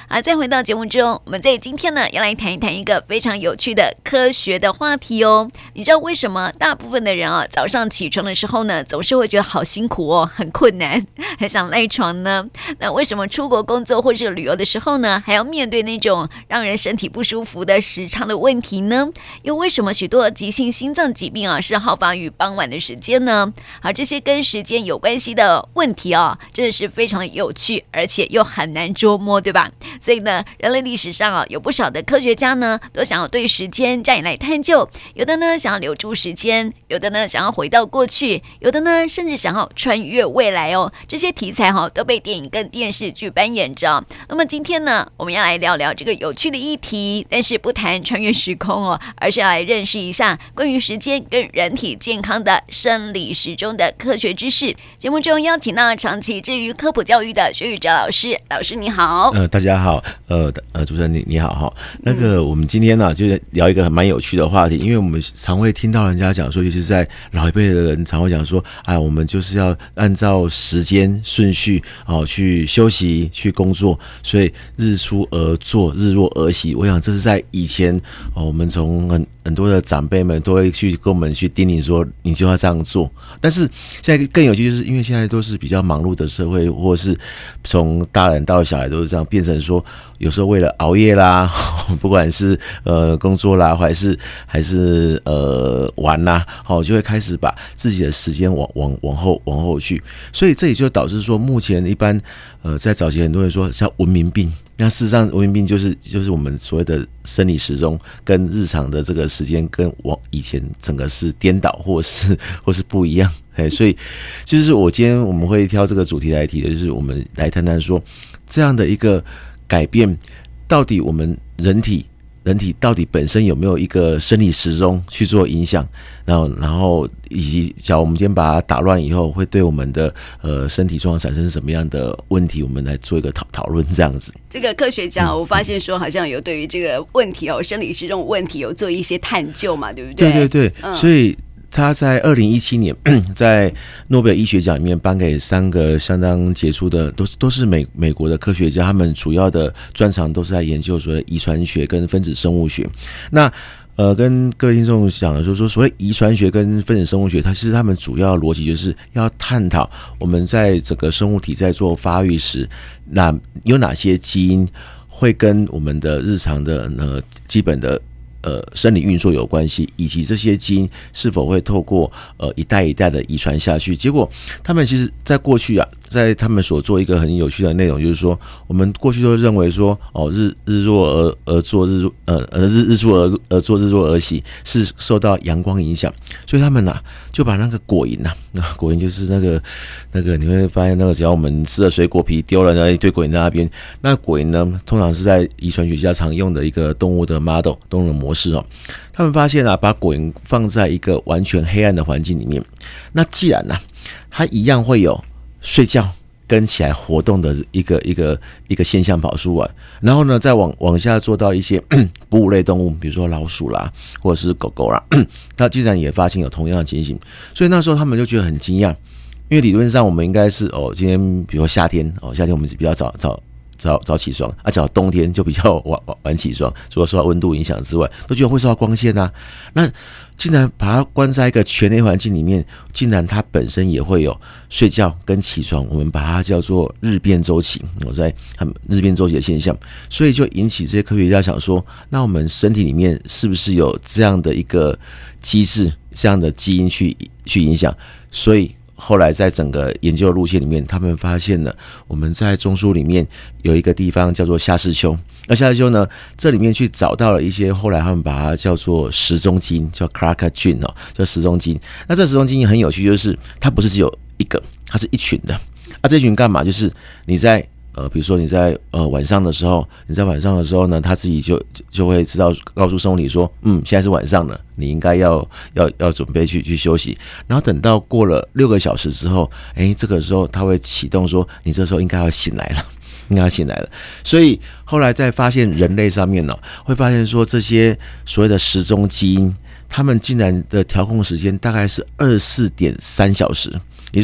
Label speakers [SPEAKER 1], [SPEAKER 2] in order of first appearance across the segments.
[SPEAKER 1] 好，再回到节目中，我们在今天呢要来谈一谈一个非常有趣的科学的话题哦。你知道为什么大部分的人啊早上起床的时候呢，总是会觉得好辛苦哦，很困难，很想赖床呢？那为什么出国工作或是旅游的时候呢，还要面对那种让人身体不舒服的时差的问题呢？又为什么许多急性心脏疾病啊是好发于傍晚的时间呢？好，这些跟时间有关系的问题啊，真的是非常的有趣，而且又很难捉摸，对吧？所以呢，人类历史上啊，有不少的科学家呢，都想要对时间加以来探究。有的呢，想要留住时间；有的呢，想要回到过去；有的呢，甚至想要穿越未来哦。这些题材都被电影跟电视剧扮演着。那么今天呢，我们要来聊聊这个有趣的议题，但是不谈穿越时空哦，而是要来认识一下关于时间跟人体健康的生理时钟的科学知识。节目中邀请到长期致力于科普教育的薛宇哲老师，老师你好。
[SPEAKER 2] 大家好，主持人你好哈。那个我们今天呢，就是聊一个蛮有趣的话题，因为我们常会听到人家讲说，尤其是在老一辈的人常会讲说，我们就是要按照时间顺序去休息、去工作，所以日出而作，日落而息。我想这是在以前我们从很多的长辈们都会去跟我们去叮咛说，你就要这样做。但是现在更有趣，就是因为现在都是比较忙碌的社会，或是从大人到小孩都是这样，变成说有时候为了熬夜啦，不管是工作啦，还是玩啦，就会开始把自己的时间往后去，所以这也就导致说，目前一般在早期很多人说是要文明病。那事实上，文明病就是我们所谓的生理时钟跟日常的这个时间跟以前整个是颠倒或是不一样，所以就是今天我们会挑这个主题来提的，就是我们来谈谈说这样的一个改变，到底我们人体到底本身有没有一个生理时钟去做影响，然后以及假如我们今天把它打乱以后，会对我们的身体状况产生什么样的问题，我们来做一个讨论这样子。
[SPEAKER 1] 这个科学家我发现说好像有对于这个问题生理时钟问题有做一些探究嘛，对不对？
[SPEAKER 2] 对对对，所以他在2017年在诺贝尔医学奖里面颁给3个相当杰出的，都是美国的科学家，他们主要的专长都是在研究所谓的遗传学跟分子生物学。那跟各位听众讲的说所谓遗传学跟分子生物学，它其实他们主要的逻辑就是要探讨我们在整个生物体在做发育时，有哪些基因会跟我们的日常的基本的生理运作有关系，以及这些基因是否会透过一代一代的遗传下去。结果他们其实在过去在他们所做一个很有趣的内容，就是说我们过去都认为说日落而作日出而作日落而息是受到阳光影响，所以他们就把那个果蝇果蝇就是那个你会发现只要我们吃了水果皮丢了一堆果蝇在那边，那果蝇呢通常是在遗传学家常用的一个动物的 model 动物的模式他们发现把果蝇放在一个完全黑暗的环境里面，那既然它一样会有睡觉跟起来活动的一个现象跑出来，然后呢再往下做到一些哺乳类动物，比如说老鼠啦或者是狗狗啦，它竟然也发现有同样的情形，所以那时候他们就觉得很惊讶，因为理论上我们应该是今天比如说夏天我们比较早起床假如冬天就比较晚起床，除了受到温度影响之外，都觉得会受到光线那竟然把它关在一个全黑环境里面，竟然它本身也会有睡觉跟起床，我们把它叫做日变周期，在日变周期的现象，所以就引起这些科学家想说，那我们身体里面是不是有这样的一个机制，这样的基因去影响，所以后来在整个研究的路线里面，他们发现了我们在中枢里面有一个地方叫做下视丘，那下视丘呢，这里面去找到了一些后来他们把它叫做时钟基因，叫 Clark gene 叫时钟基因。那这时钟基因很有趣，就是它不是只有一个，它是一群的。这群干嘛？就是你在比如说你在晚上的时候呢，他自己就会知道告诉生物体说，现在是晚上了，你应该要准备去休息。然后等到过了6个小时之后，这个时候他会启动说，你这时候应该要醒来了。所以后来在发现人类上面会发现说，这些所谓的时钟基因，他们竟然的调控时间大概是24.3小时，也就是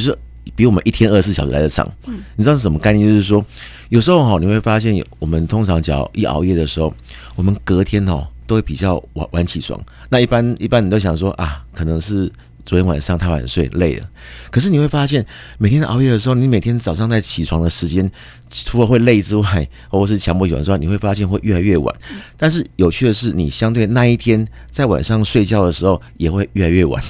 [SPEAKER 2] 比我们一天24小时来的长。你知道是什么概念？就是说，有时候你会发现，我们通常只要一熬夜的时候，我们隔天都会比较晚起床。那一般你都想说啊，可能是昨天晚上太晚睡累了。可是你会发现，每天熬夜的时候，你每天早上在起床的时间，除了会累之外，或是强迫起床之外，你会发现会越来越晚。但是有趣的是，你相对那一天在晚上睡觉的时候，也会越来越晚。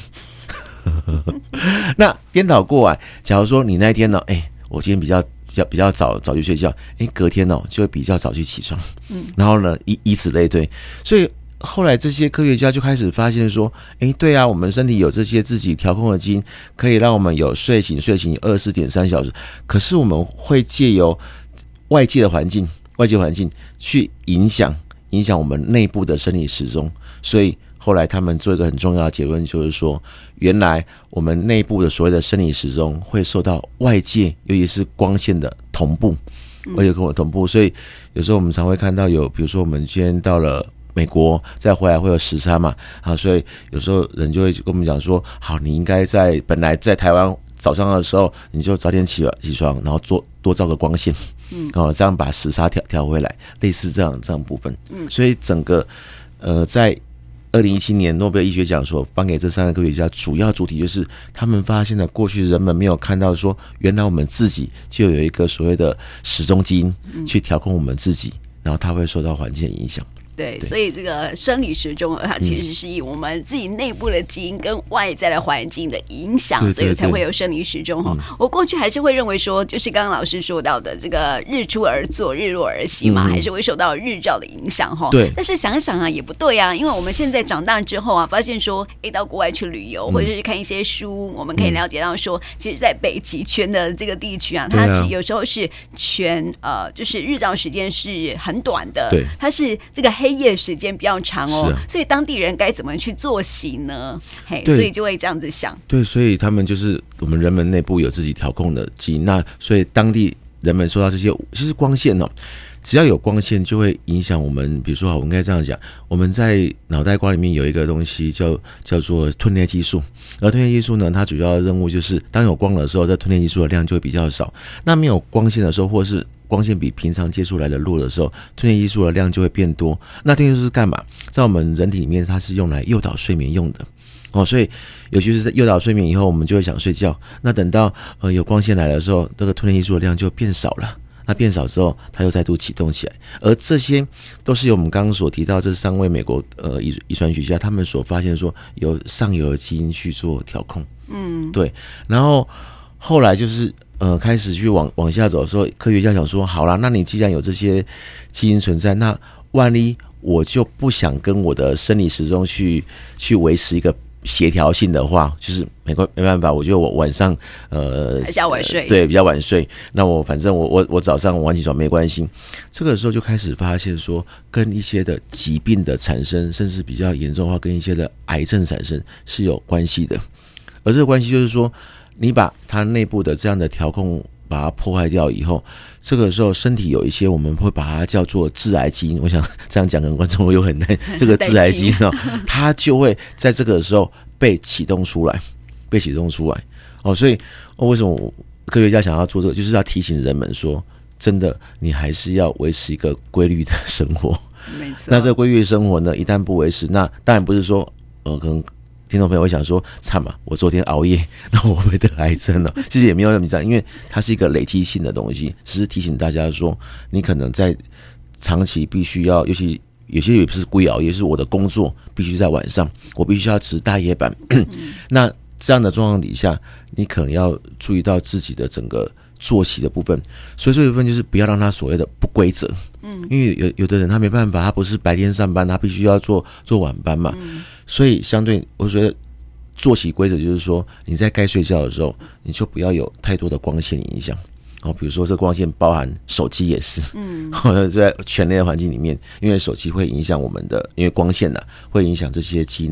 [SPEAKER 2] 那颠倒过来，假如说你那一天我今天比较早去睡觉，隔天就会比较早去起床，然后呢以此类推，所以后来这些科学家就开始发现说，对啊，我们身体有这些自己调控的基因，可以让我们有睡醒24.3小时，可是我们会借由外界环境去影响我们内部的生理时钟，所以后来他们做一个很重要的结论，就是说，原来我们内部的所谓的生理时钟会受到外界，尤其是光线的同步，而且跟我同步，所以有时候我们常会看到比如说我们今天到了美国，再回来会有时差嘛，所以有时候人就会跟我们讲说，好，你应该本来在台湾早上的时候，你就早点起床，然后多照个光线，这样把时差调回来，类似这样部分，所以整个在2017年诺贝尔医学奖所颁给这3个科学家，主要主题就是他们发现了过去人们没有看到说，原来我们自己就有一个所谓的时钟基因去调控我们自己，然后它会受到环境的影响。
[SPEAKER 1] 对，所以这个生理时钟它其实是以我们自己内部的基因跟外在的环境的影响，所以才会有生理时钟。我过去还是会认为说，就是刚刚老师说到的这个日出而作，日落而息嘛，还是会受到日照的影响。对，但是想想也不对啊，因为我们现在长大之后发现说，到国外去旅游或者是看一些书，我们可以了解到说，其实在北极圈的这个地区它其实有时候是就是日照时间是很短的，对，它是这个黑夜时间比较长所以当地人该怎么去作息呢？所以就会这样子想。
[SPEAKER 2] 对，所以他们就是我们人们内部有自己调控的基因，那所以当地人们受到这些，其实光线只要有光线就会影响我们。比如说我们应该这样讲，我们在脑袋瓜里面有一个东西叫做褪黑激素，而褪黑激素呢，它主要的任务就是当有光的时候，这褪黑激素的量就会比较少，那没有光线的时候，或是光线比平常接触来的弱的时候，褪黑激素的量就会变多。那褪黑激素是干嘛？在我们人体里面，它是用来诱导睡眠用的所以尤其是在诱导睡眠以后，我们就会想睡觉。那等到有光线来的时候，这个褪黑激素的量就变少了。那变少之后，它又再度启动起来，而这些都是由我们刚刚所提到这3位美国遗传学家他们所发现说，由上游的基因去做调控。对。然后后来就是开始去往下走的时候，科学家想说，好啦，那你既然有这些基因存在，那万一我就不想跟我的生理时钟去维持一个协调性的话，就是没办法，我觉得我晚上
[SPEAKER 1] 比较晚睡，
[SPEAKER 2] 对，比较晚睡。那反正我早上晚起床没关系。这个时候就开始发现说，跟一些的疾病的产生，甚至比较严重的话，跟一些的癌症产生是有关系的。而这个关系就是说，你把它内部的这样的调控把它破坏掉以后，这个时候身体有一些我们会把它叫做致癌基因，我想这样讲可能观众会有很难，这个致癌基因它就会在这个时候被启动出来所以为什么科学家想要做这个，就是要提醒人们说，真的你还是要维持一个规律的生活。
[SPEAKER 1] 没错。那
[SPEAKER 2] 这个规律的生活呢，一旦不维持，那当然不是说可能听众朋友会想说，惨嘛，我昨天熬夜，那我会不会得癌症呢？其实也没有那么这样，因为它是一个累积性的东西，只是提醒大家说，你可能在长期必须要，尤其有些也不是故意熬夜，是我的工作必须在晚上，我必须要值大夜班。那这样的状况底下，你可能要注意到自己的整个作息的部分，所以这部分就是不要让它所谓的不规则。因为有的人他没办法，他不是白天上班，他必须要做晚班嘛。所以相对我觉得作息规则就是说，你在该睡觉的时候，你就不要有太多的光线影响。比如说这光线包含手机也是，在全内的环境里面，因为手机会影响我们的，因为光线会影响这些基因的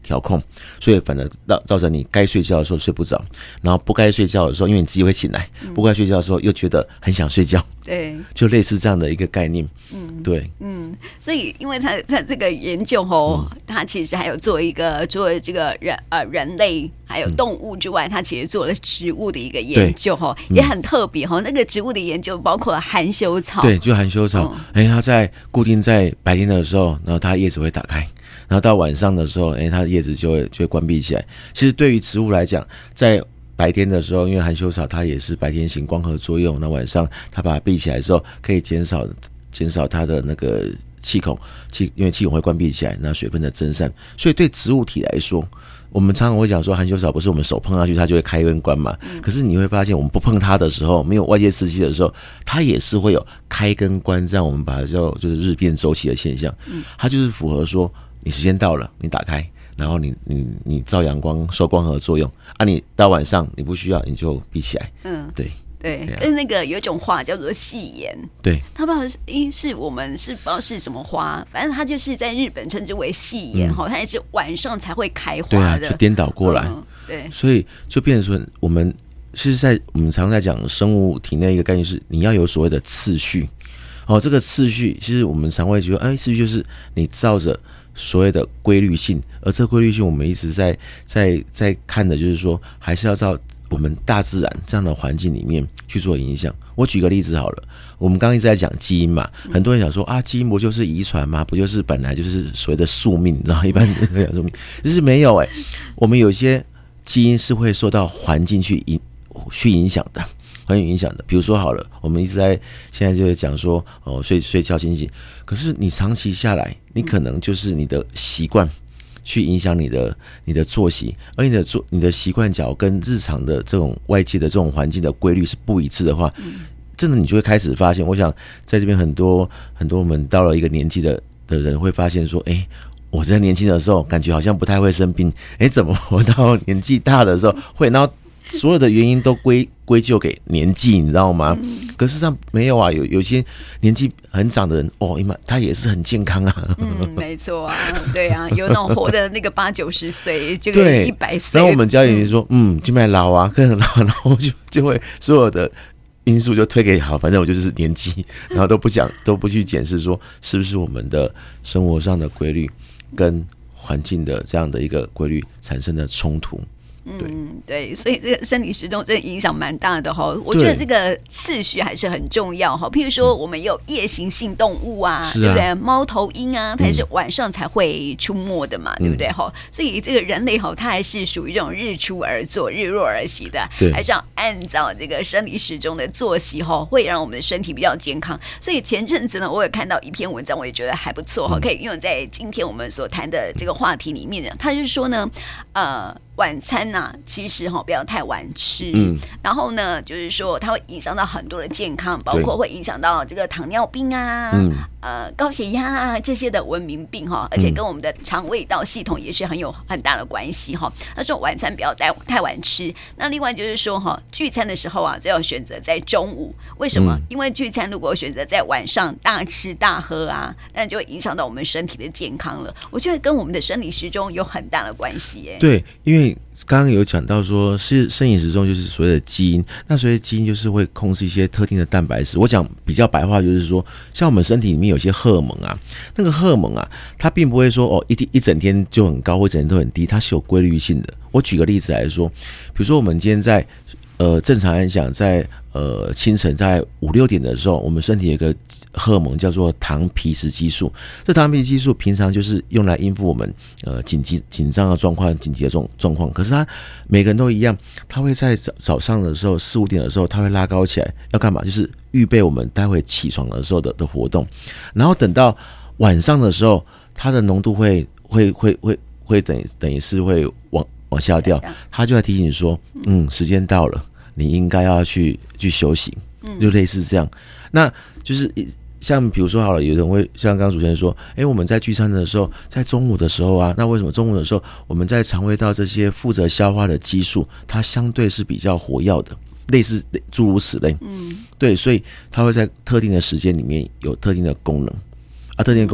[SPEAKER 2] 调控，所以反而造成你该睡觉的时候睡不着，然后不该睡觉的时候，因为你自己会醒来，不该睡觉的时候又觉得很想睡觉，
[SPEAKER 1] 对，
[SPEAKER 2] 就类似这样的一个概念。对，
[SPEAKER 1] 所以因为他这个研究他其实还有做这个人类还有动物之外，他其实做了植物的一个研究也很特别那个植物的研究包括了含羞草，
[SPEAKER 2] 对，就含羞草，它在固定在白天的时候，然后它叶子会打开，然后到晚上的时候，它的叶子就会关闭起来。其实对于植物来讲，在白天的时候，因为含羞草它也是白天行光合作用，那晚上它把它闭起来之后，可以减少它的那个气孔，因为气孔会关闭起来，那水分的蒸散。所以对植物体来说，我们常常会讲说，含羞草不是我们手碰下去它就会开跟关嘛？可是你会发现，我们不碰它的时候，没有外界刺激的时候，它也是会有开跟关，这样我们把它叫就是日变周期的现象。它就是符合说，你时间到了，你打开，然后你照阳光受光合作用啊，你到晚上你不需要，你就闭起来。对。
[SPEAKER 1] 对，但那个有一种花叫做细盐，
[SPEAKER 2] 对，
[SPEAKER 1] 它不知道是我们不知道是什么花，反正它就是在日本称之为细盐它也是晚上才会开花的，
[SPEAKER 2] 对啊，就颠倒过来，
[SPEAKER 1] 对，
[SPEAKER 2] 所以就变成说我们常在讲生物体内一个概念是你要有所谓的次序这个次序其实我们常会觉得次序就是你照着所谓的规律性，而这个规律性我们一直在看的就是说还是要照我们大自然这样的环境里面去做影响。我举个例子好了，我们刚刚一直在讲基因嘛，很多人想说基因不就是遗传吗？不就是本来就是所谓的宿命？你知道，一般人讲宿命，就是没有我们有些基因是会受到环境去影响的，很有影响的。比如说好了，我们一直现在就讲说睡觉清醒，可是你长期下来，你可能就是你的习惯去影响你的作息，而你的习惯角跟日常的这种外界的这种环境的规律是不一致的话，真的你就会开始发现，我想在这边很多我们到了一个年纪的人会发现说，我在年轻的时候感觉好像不太会生病，怎么我到年纪大的时候会，然后所有的原因都归咎给年纪，你知道吗？可是上没有有些年纪很长的人他也是很健康啊。
[SPEAKER 1] 没错啊，对啊，有那种活的那个80-90岁，这个100岁。
[SPEAKER 2] 然后我们家里说，今麦老啊，更老，然后就会所有的因素就推给好，反正我就是年纪，然后都不去检视说是不是我们的生活上的规律跟环境的这样的一个规律产生的冲突。
[SPEAKER 1] 对，所以这个生理时钟真的影响蛮大的我觉得这个次序还是很重要譬如说，我们有夜行性动物对不对？猫头鹰它也是晚上才会出没的嘛，对不对所以这个人类它还是属于这种日出而作、日落而息的，还是要按照这个生理时钟的作息会让我们的身体比较健康。所以前阵子呢，我有看到一篇文章，我也觉得还不错可以用在今天我们所谈的这个话题里面的。他就是说呢，晚餐其实不要太晚吃，然后呢，就是说它会影响到很多的健康，包括会影响到这个糖尿病高血压这些的文明病而且跟我们的肠胃道系统也是有很大的关系他说晚餐不要太晚吃。那另外就是说聚餐的时候最好选择在中午。为什么？因为聚餐如果选择在晚上大吃大喝那就会影响到我们身体的健康了。我觉得跟我们的生理时钟有很大的关系
[SPEAKER 2] 对，因为刚刚有讲到说是生理时钟就是所谓的基因，那所谓的基因就是会控制一些特定的蛋白质。我讲比较白话就是说，像我们身体里面有些荷尔蒙那个荷尔蒙它并不会说一整天就很高或一整天都很低，它是有规律性的。我举个例子来说，比如说我们今天在正常来讲在清晨在5-6点的时候，我们身体有一个荷尔蒙叫做糖皮质激素。这糖皮质激素平常就是用来应付我们紧张的状况、紧急的状况。可是它每个人都一样，它会在早上的时候4-5点的时候，它会拉高起来，要干嘛？就是预备我们待会起床的时候的活动。然后等到晚上的时候，它的浓度会等于是会往下掉，它就在提醒说，时间到了。你应该要去休息，就类似这样。那就是像比如说好了，有人会像刚刚主持人说，我们在聚餐的时候，在中午的时候那为什么中午的时候我们在肠胃道这些负责消化的激素，它相对是比较活跃的，类似诸如此类。对，所以它会在特定的时间里面有特定的功能特定的功能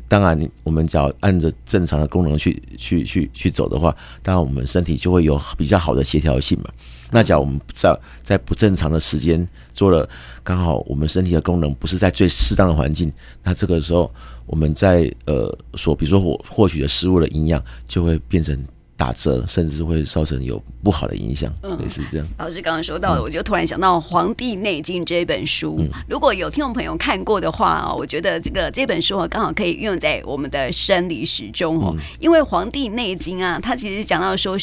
[SPEAKER 2] 当然我们只要按着正常的功能去走的话，当然我们身体就会有比较好的协调性嘛。那假如我们在不正常的时间做了，刚好我们身体的功能不是在最适当的环境，那这个时候我们在比如说获取的食物的营养就会变成打折，甚至会造成有不好的影响，类似这样。
[SPEAKER 1] 老师刚刚说到的，我就突然想到《黄帝内经》这本书，如果有听众朋友看过的话，我觉得这本书刚好可以运用在我们的生理时钟哦，因为《黄帝内经》啊，它其实讲到说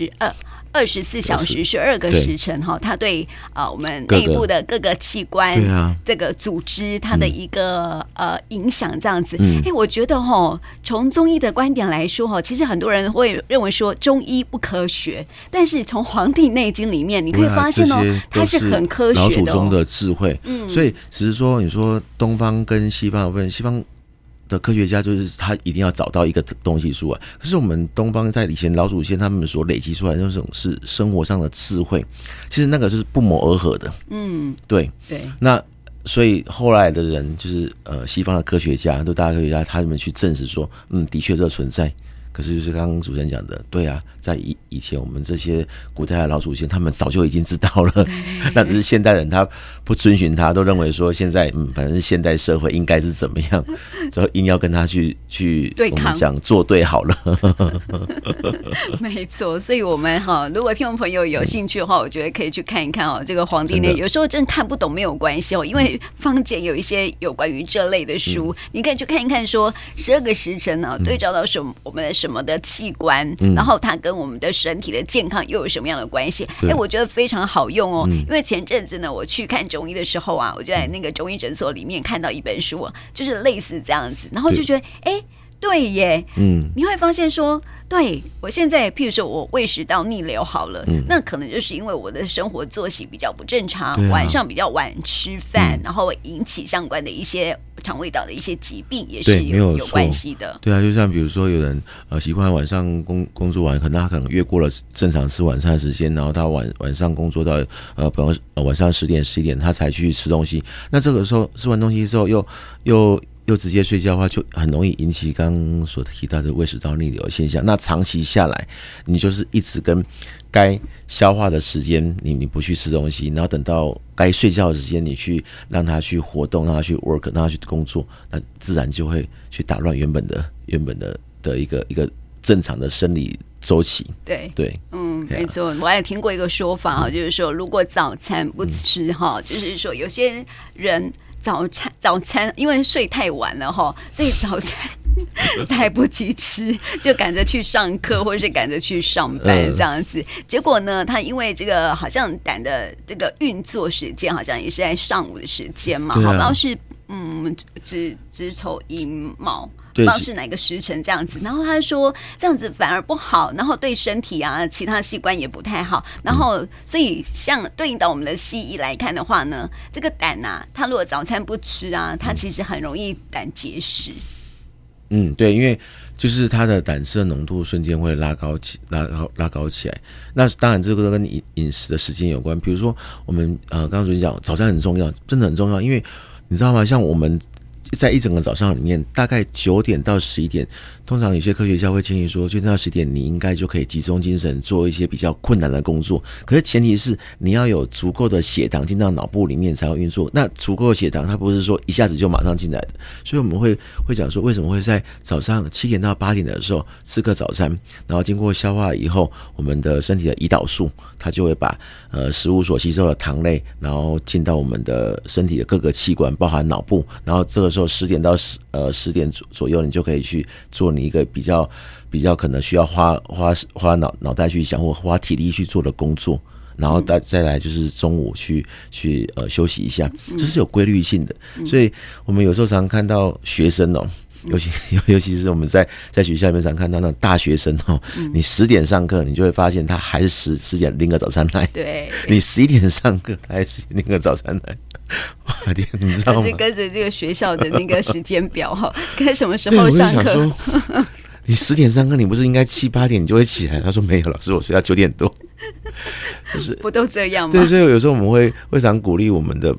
[SPEAKER 1] 24小时12个时辰哈，它对我们内部的各个器官、这个组织它的一个影响这样子。我觉得从中医的观点来说其实很多人会认为说中医不科学，但是从《黄帝内经》里面你可以发现它是很科学的，
[SPEAKER 2] 老祖宗的智慧。所以只是说你说东方跟西方的分，西方的科学家就是他一定要找到一个东西出来，可是我们东方在以前老祖先他们所累积出来的那种是生活上的智慧，其实那个是不谋而合的。对。那所以后来的人就是西方的科学家，都大科学家，他们去证实说，的确这存在。可是就是刚刚主持人讲的，对啊，在以前我们这些古代的老祖先，他们早就已经知道了，那只是现代人他不遵循他，都认为说现在反正是现代社会应该是怎么样，之后硬要跟他去
[SPEAKER 1] 对抗，
[SPEAKER 2] 我们讲做对好了。
[SPEAKER 1] 没错，所以我们如果听众朋友有兴趣的话，我觉得可以去看一看这个《黄帝内》，有时候真看不懂没有关系因为坊间有一些有关于这类的书，你可以去看一看，说12个时辰对照到我们的什么的器官，然后它跟我们的身体的健康又有什么样的关系？我觉得非常好用因为前阵子呢，我去看中医的时候啊，我就在那个中医诊所里面看到一本书就是类似这样子，然后就觉得对耶，你会发现说，对我现在譬如说我胃食道逆流好了，那可能就是因为我的生活作息比较不正常，晚上比较晚吃饭，然后引起相关的一些肠胃道的一些疾病也是有关系的。
[SPEAKER 2] 对啊，就像比如说有人习惯晚上工作完，可能他可能越过了正常吃晚餐的时间，然后他晚上工作到晚上10点11点他才去吃东西，那这个时候吃完东西之后又直接睡觉的话，就很容易引起刚刚所提到的胃食道逆流的现象。那长期下来，你就是一直跟该消化的时间你不去吃东西，然后等到该睡觉的时间你去让他去活动，让他去 work， 让他去工作，那自然就会去打乱原本的一个正常的生理周期。对，
[SPEAKER 1] 没错。我还听过一个说法就是说，如果早餐不吃就是说有些人早餐因为睡太晚了所以早餐来不及吃，就赶着去上课或者是赶着去上班这样子。结果呢，他因为这个好像胆的这个运作时间好像也是在上午的时间嘛，好像是子丑寅卯。不知道是哪个时辰这样子，然后他说这样子反而不好，然后对身体其他器官也不太好，然后所以像对应到我们的西医来看的话呢，这个胆他如果早餐不吃他其实很容易胆结石。
[SPEAKER 2] 对，因为就是它的胆汁的浓度瞬间会拉高起来。那当然这个跟饮食的时间有关，比如说我们刚刚主持讲早餐很重要，真的很重要，因为你知道吗？像我们在一整个早上里面，大概9点到11点，通常有些科学家会建议说9点到10点你应该就可以集中精神做一些比较困难的工作，可是前提是你要有足够的血糖进到脑部里面才会运作，那足够的血糖它不是说一下子就马上进来的，所以我们会讲说为什么会在早上7点到8点的时候吃个早餐，然后经过消化以后，我们的身体的胰岛素它就会把食物所吸收的糖类然后进到我们的身体的各个器官包含脑部，然后这个时候10点到10点左右你就可以去做你一个比较可能需要花脑袋去想或花体力去做的工作，然后再来就是中午去休息一下，这是有规律性的。所以我们有时候常看到学生尤其是我们在学校里面常看到那种大学生你10点上课，你就会发现他还是10点拎个早餐来，
[SPEAKER 1] 对，你
[SPEAKER 2] 11点上课他还是拎个早餐来，哇天，你知道吗？
[SPEAKER 1] 是跟着这个学校的那个时间表该什么时候上课？
[SPEAKER 2] 对，我就想说你10点上课，你不是应该7、8点你就会起来？他说没有，老师我睡到9点多，就是
[SPEAKER 1] 不都这样吗？
[SPEAKER 2] 对，所以有时候我们会常鼓励我们的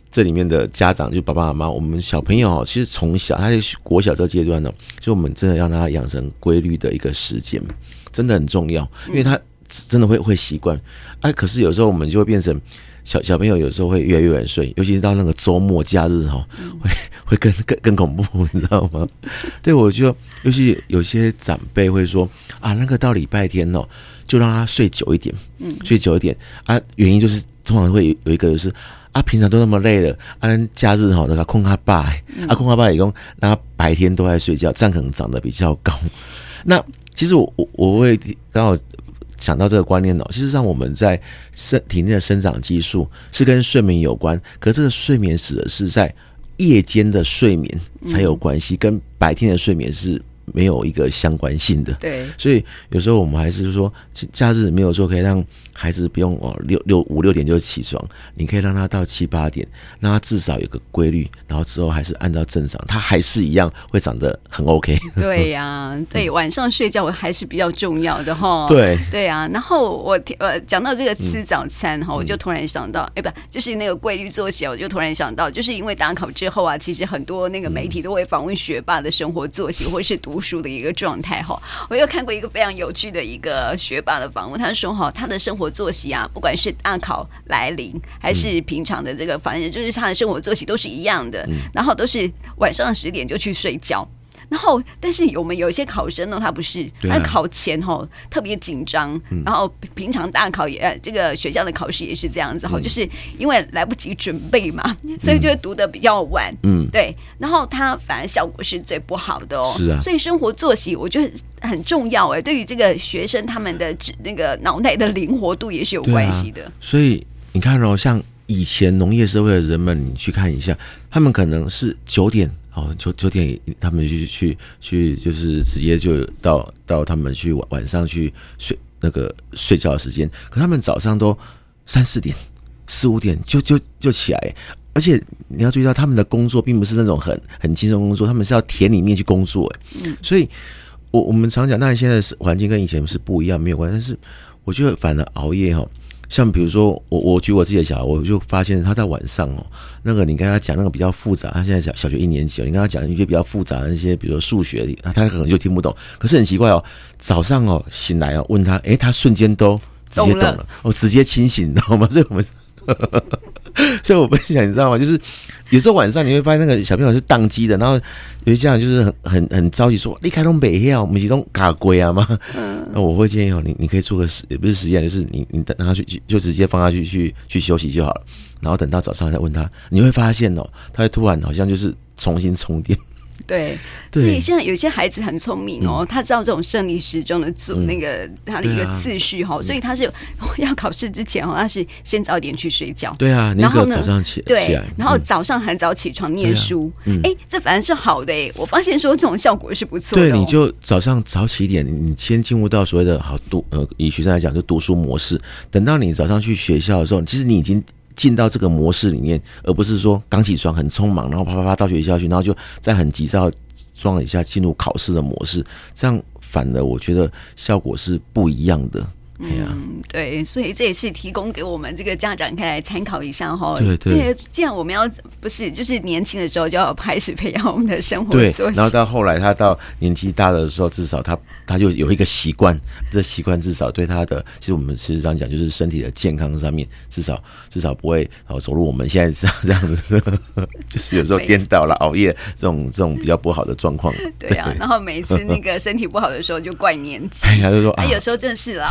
[SPEAKER 2] 这里面的家长就爸爸妈妈，我们小朋友其实从小他在国小这个阶段呢，就我们真的要让他养成规律的一个时间，真的很重要，因为他真的会习惯。可是有时候我们就会变成小朋友有时候会越来越晚睡，尤其是到那个周末假日会更恐怖，你知道吗？对，我就尤其有些长辈会说那个到礼拜天就让他睡久一点，睡久一点原因就是通常会有一个就是平常都那么累了假日那个空他爸空他爸也讲让他白天都在睡觉，这样可能长得比较高。那其实我会刚好想到这个观念其实让我们在体内的生长激素是跟睡眠有关，可是这个睡眠指的是在夜间的睡眠才有关系，跟白天的睡眠是没有一个相关性的。
[SPEAKER 1] 对，
[SPEAKER 2] 所以有时候我们还是说假日没有说可以让孩子不用5、6点就起床，你可以让他到7、8点，让他至少有个规律，然后之后还是按照正常，他还是一样会长得很 OK。
[SPEAKER 1] 对呀，对，晚上睡觉还是比较重要的对啊。然后我讲到这个吃早餐我就突然想到就是那个规律作息，我就突然想到，就是因为大考之后其实很多那个媒体都会访问学霸的生活作息或是读书的一个状态我又看过一个非常有趣的一个学霸的访问，他说他的生活作息不管是大考来临还是平常的这个，反正就是他的生活作息都是一样的，然后都是晚上10点就去睡觉。然后，但是我们有一些考生他不是，他考前特别紧张，然后平常大考这个学校的考试也是这样子就是因为来不及准备嘛，所以就会读得比较晚，对，然后他反而效果是最不好的
[SPEAKER 2] 是啊，
[SPEAKER 1] 所以生活作息我觉得很重要对于这个学生他们的那个脑袋的灵活度也是有关系的。
[SPEAKER 2] 所以你看像以前农业社会的人们，你去看一下，他们可能是9点。9点他们去就是直接就到他们去晚上去睡觉的时间，可他们早上都3、4点、4、5点就起来，而且你要注意到他们的工作并不是那种很轻松工作，他们是要田里面去工作所以我们常讲，当然现在的环境跟以前是不一样，没有关系，但是我觉得反而熬夜像比如说我举我自己的小孩，我就发现他在晚上那个你跟他讲那个比较复杂，他现在小学1年级你跟他讲一些比较复杂的那些，比如说数学，他可能就听不懂。可是很奇怪早上醒来问他，他瞬间都直接懂了，直接清醒，你知道吗？所以我们所以我分享，你知道吗？就是有时候晚上你会发现那个小朋友是宕机的，然后有些家长就是很着急说：“你开东北校，我们是东卡龟啊吗？”那我会建议你可以做个也不是实验，就是你等他去就直接放他去休息就好了，然后等到早上再问他，你会发现他会突然好像就是重新充电。
[SPEAKER 1] 对，所以现在有些孩子很聪明他知道这种生理时钟的那个他的一个次序所以他是要考试之前他是先早点去睡觉，
[SPEAKER 2] 对啊，那个早上起来，
[SPEAKER 1] 然后早上很早起床念书，这反而是好的我发现说这种效果是不错的。
[SPEAKER 2] 对，你就早上早起一点，你先进入到所谓的以学生来讲就读书模式，等到你早上去学校的时候，其实你已经进到这个模式里面，而不是说刚起床很匆忙，然后啪啪啪到学校去，然后就再很急躁装一下进入考试的模式，这样反而我觉得效果是不一样的。
[SPEAKER 1] 对，所以这也是提供给我们这个家长可以来参考一下
[SPEAKER 2] 对，
[SPEAKER 1] 既然我们不是就是年轻的时候就要开始培养我们的生活作息，
[SPEAKER 2] 然后到后来他到年纪大的时候，至少他就有一个习惯，这习惯至少对他的，其实我们事实上讲就是身体的健康上面，至少不会走入我们现在这样子，就是有时候颠倒了、熬夜这种比较不好的状况。
[SPEAKER 1] 对啊，然后每次那个身体不好的时候就怪年纪，
[SPEAKER 2] 就说
[SPEAKER 1] 有时候真的是啦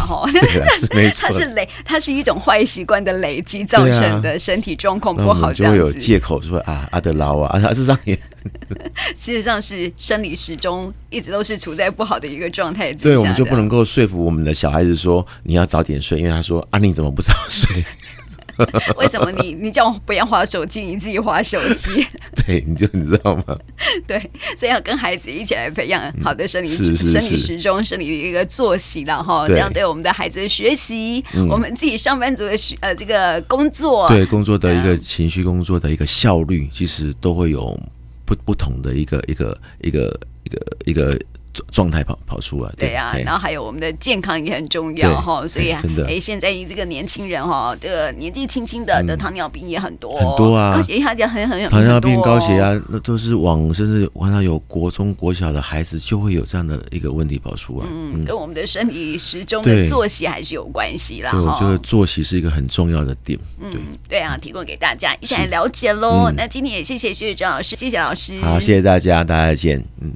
[SPEAKER 1] 它是一种坏习惯的累积造成的身体状况不好，这样子就会
[SPEAKER 2] 有借口说阿德劳事实上也
[SPEAKER 1] 事实上是生理时钟一直都是处在不好的一个状态之下，
[SPEAKER 2] 对，我们就不能够说服我们的小孩子说你要早点睡，因为他说你怎么不早睡？
[SPEAKER 1] 为什么你叫我不要滑手机，你自己滑手机？
[SPEAKER 2] 对，你知道吗？
[SPEAKER 1] 对，所以要跟孩子一起来培养好的生理时钟、生理的一个作息了这样对我们的孩子的学习，我们自己上班族的这个工作，
[SPEAKER 2] 对工作的一个情绪、工作的一个效率，其实都会有不同的一个状态跑出来。
[SPEAKER 1] 对啊，然后还有我们的健康也很重要哈，所以
[SPEAKER 2] 真的
[SPEAKER 1] 现在这个年轻人哈，这个年纪轻轻的得糖尿病也很多
[SPEAKER 2] 啊，
[SPEAKER 1] 高血压也很
[SPEAKER 2] 糖尿病、高血压那都是甚至我看到有国中国小的孩子就会有这样的一个问题跑出来。
[SPEAKER 1] 跟我们的生理时钟的作息还是有关系啦。
[SPEAKER 2] 对，我觉得作息是一个很重要的点。
[SPEAKER 1] 对啊，提供给大家一起来了解喽。那今天也谢谢薛宇哲老师，谢谢老师。
[SPEAKER 2] 好，谢谢大家，大家再见。